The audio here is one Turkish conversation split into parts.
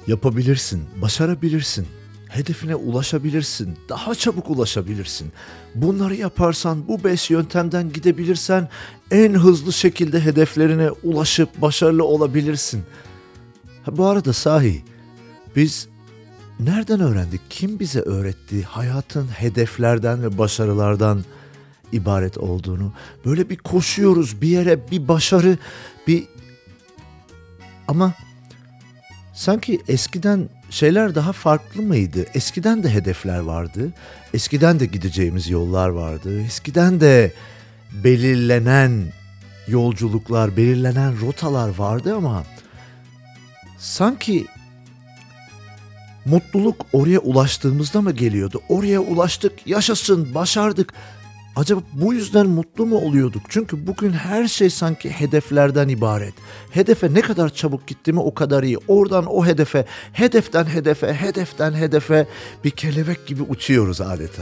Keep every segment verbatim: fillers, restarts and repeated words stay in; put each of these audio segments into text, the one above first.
Yapabilirsin, başarabilirsin, hedefine ulaşabilirsin, daha çabuk ulaşabilirsin. Bunları yaparsan, bu beş yöntemden gidebilirsen en hızlı şekilde hedeflerine ulaşıp başarılı olabilirsin. Ha, bu arada sahi biz nereden öğrendik? Kim bize öğretti hayatın hedeflerden ve başarılardan ibaret olduğunu? Böyle bir koşuyoruz bir yere, bir başarı, bir ama sanki eskiden şeyler daha farklı mıydı? Eskiden de hedefler vardı. Eskiden de gideceğimiz yollar vardı. Eskiden de belirlenen yolculuklar, belirlenen rotalar vardı ama sanki mutluluk oraya ulaştığımızda mı geliyordu? Oraya ulaştık, yaşasın, başardık. Acaba bu yüzden mutlu mu oluyorduk? Çünkü bugün her şey sanki hedeflerden ibaret. Hedefe ne kadar çabuk gitti mi o kadar iyi. Oradan o hedefe, hedeften hedefe, hedeften hedefe bir kelebek gibi uçuyoruz adeta.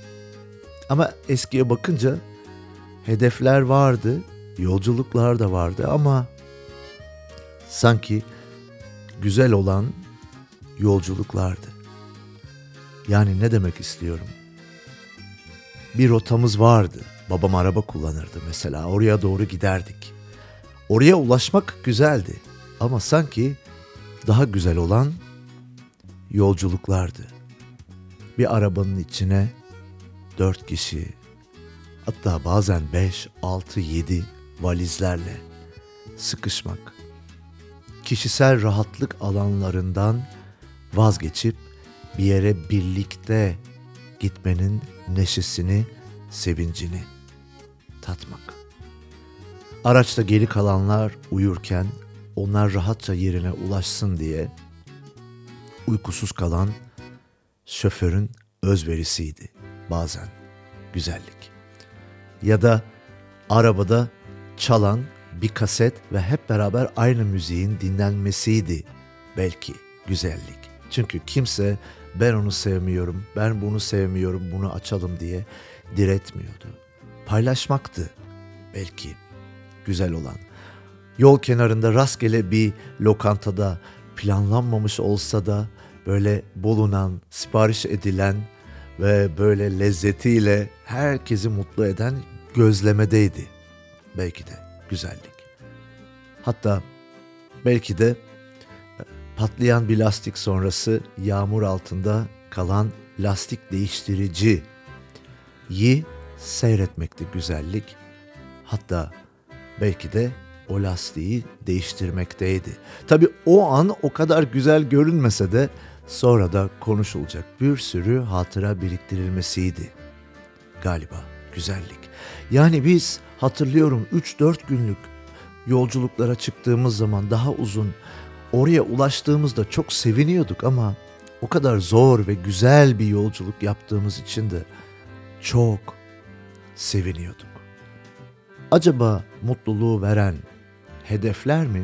Ama eskiye bakınca hedefler vardı, yolculuklar da vardı ama sanki güzel olan yolculuklardı. Yani ne demek istiyorum? Bir rotamız vardı. Babam araba kullanırdı mesela. Oraya doğru giderdik. Oraya ulaşmak güzeldi. Ama sanki daha güzel olan yolculuklardı. Bir arabanın içine dört kişi, hatta bazen beş, altı, yedi valizlerle sıkışmak. Kişisel rahatlık alanlarından vazgeçip bir yere birlikte gitmenin neşesini, sevincini tatmak. Araçta geri kalanlar uyurken onlar rahatça yerine ulaşsın diye uykusuz kalan şoförün özverisiydi bazen güzellik. Ya da arabada çalan bir kaset ve hep beraber aynı müziğin dinlenmesiydi belki güzellik. Çünkü kimse ben onu sevmiyorum, ben bunu sevmiyorum, bunu açalım diye diretmiyordu. Paylaşmaktı belki güzel olan. Yol kenarında rastgele bir lokantada planlanmamış olsa da böyle bulunan, sipariş edilen ve böyle lezzetiyle herkesi mutlu eden gözlemedeydi belki de güzellik. Hatta belki de patlayan bir lastik sonrası yağmur altında kalan lastik değiştiriciyi seyretmekte güzellik. Hatta belki de o lastiği değiştirmekteydi. Tabii o an o kadar güzel görünmese de sonra da konuşulacak bir sürü hatıra biriktirilmesiydi galiba güzellik. Yani biz hatırlıyorum üç dört günlük yolculuklara çıktığımız zaman daha uzun oraya ulaştığımızda çok seviniyorduk ama o kadar zor ve güzel bir yolculuk yaptığımız için de çok seviniyorduk. Acaba mutluluğu veren hedefler mi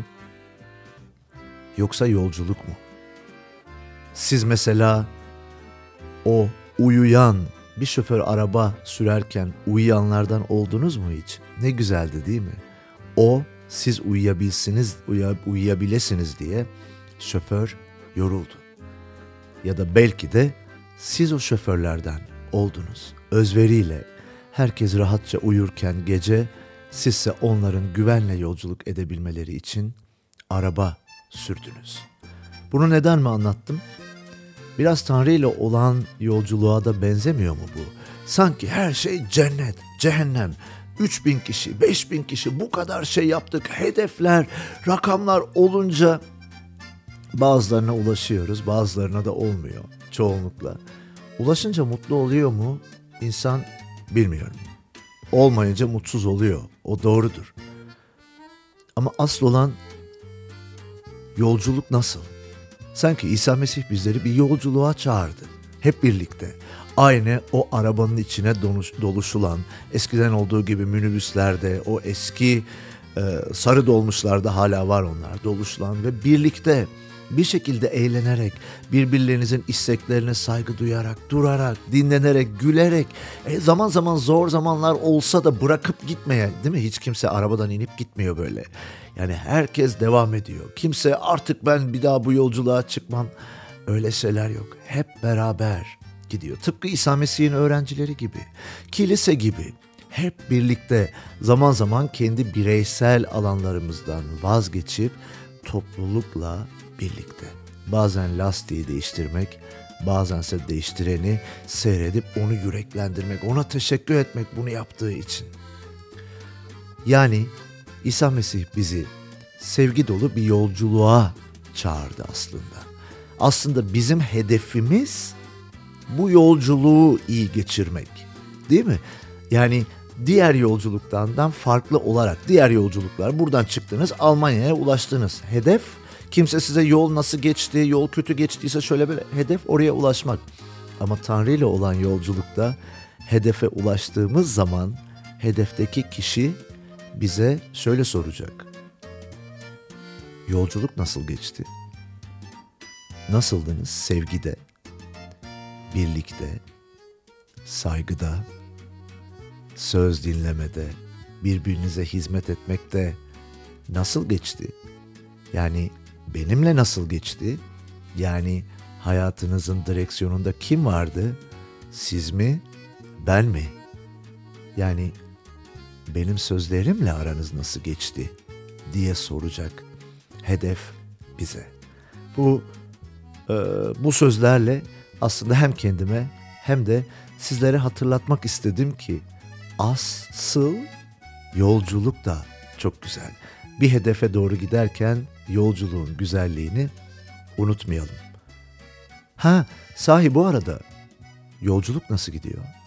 yoksa yolculuk mu? Siz mesela o uyuyan bir şoför araba sürerken uyuyanlardan oldunuz mu hiç? Ne güzeldi değil mi? O siz uyuyabilsiniz, uyuyabilesiniz diye şoför yoruldu. Ya da belki de siz o şoförlerden oldunuz. Özveriyle herkes rahatça uyurken gece sizse onların güvenle yolculuk edebilmeleri için araba sürdünüz. Bunu neden mi anlattım? Biraz Tanrı ile olan yolculuğa da benzemiyor mu bu? Sanki her şey cennet, cehennem. Üç bin kişi, beş bin kişi bu kadar şey yaptık. Hedefler, rakamlar olunca bazılarına ulaşıyoruz, bazılarına da olmuyor çoğunlukla. Ulaşınca mutlu oluyor mu? İnsan bilmiyorum. Olmayınca mutsuz oluyor. O doğrudur. Ama asıl olan yolculuk nasıl? Sanki İsa Mesih bizleri bir yolculuğa çağırdı. Hep birlikte. Aynı o arabanın içine doluşulan, eskiden olduğu gibi minibüslerde, o eski Ee, sarı dolmuşlarda hala var onlar doluşulan ve birlikte bir şekilde eğlenerek, birbirlerinizin isteklerine saygı duyarak, durarak, dinlenerek, gülerek, e, zaman zaman zor zamanlar olsa da bırakıp gitmeye, değil mi? Hiç kimse arabadan inip gitmiyor böyle. Yani herkes devam ediyor. Kimse artık ben bir daha bu yolculuğa çıkmam. Öyle şeyler yok. Hep beraber gidiyor. Tıpkı İsa Mesih'in öğrencileri gibi, kilise gibi. Hep birlikte zaman zaman kendi bireysel alanlarımızdan vazgeçip toplulukla birlikte. Bazen lastiği değiştirmek, bazense değiştireni seyredip onu yüreklendirmek, ona teşekkür etmek bunu yaptığı için. Yani İsa Mesih bizi sevgi dolu bir yolculuğa çağırdı aslında. Aslında bizim hedefimiz bu yolculuğu iyi geçirmek, değil mi? Yani diğer yolculuklardan farklı olarak, diğer yolculuklar buradan çıktınız, Almanya'ya ulaştınız. Hedef, kimse size yol nasıl geçti, yol kötü geçtiyse şöyle böyle, hedef oraya ulaşmak. Ama Tanrı ile olan yolculukta hedefe ulaştığımız zaman hedefteki kişi bize şöyle soracak: yolculuk nasıl geçti? Nasıldınız sevgide, birlikte, saygıda, söz dinlemede, birbirinize hizmet etmekte nasıl geçti? Yani benimle nasıl geçti? Yani hayatınızın direksiyonunda kim vardı? Siz mi? Ben mi? Yani benim sözlerimle aranız nasıl geçti diye soracak hedef bize. Bu e, bu sözlerle aslında hem kendime hem de sizlere hatırlatmak istedim ki asıl yolculuk da çok güzel. Bir hedefe doğru giderken yolculuğun güzelliğini unutmayalım. Ha, sahi bu arada yolculuk nasıl gidiyor?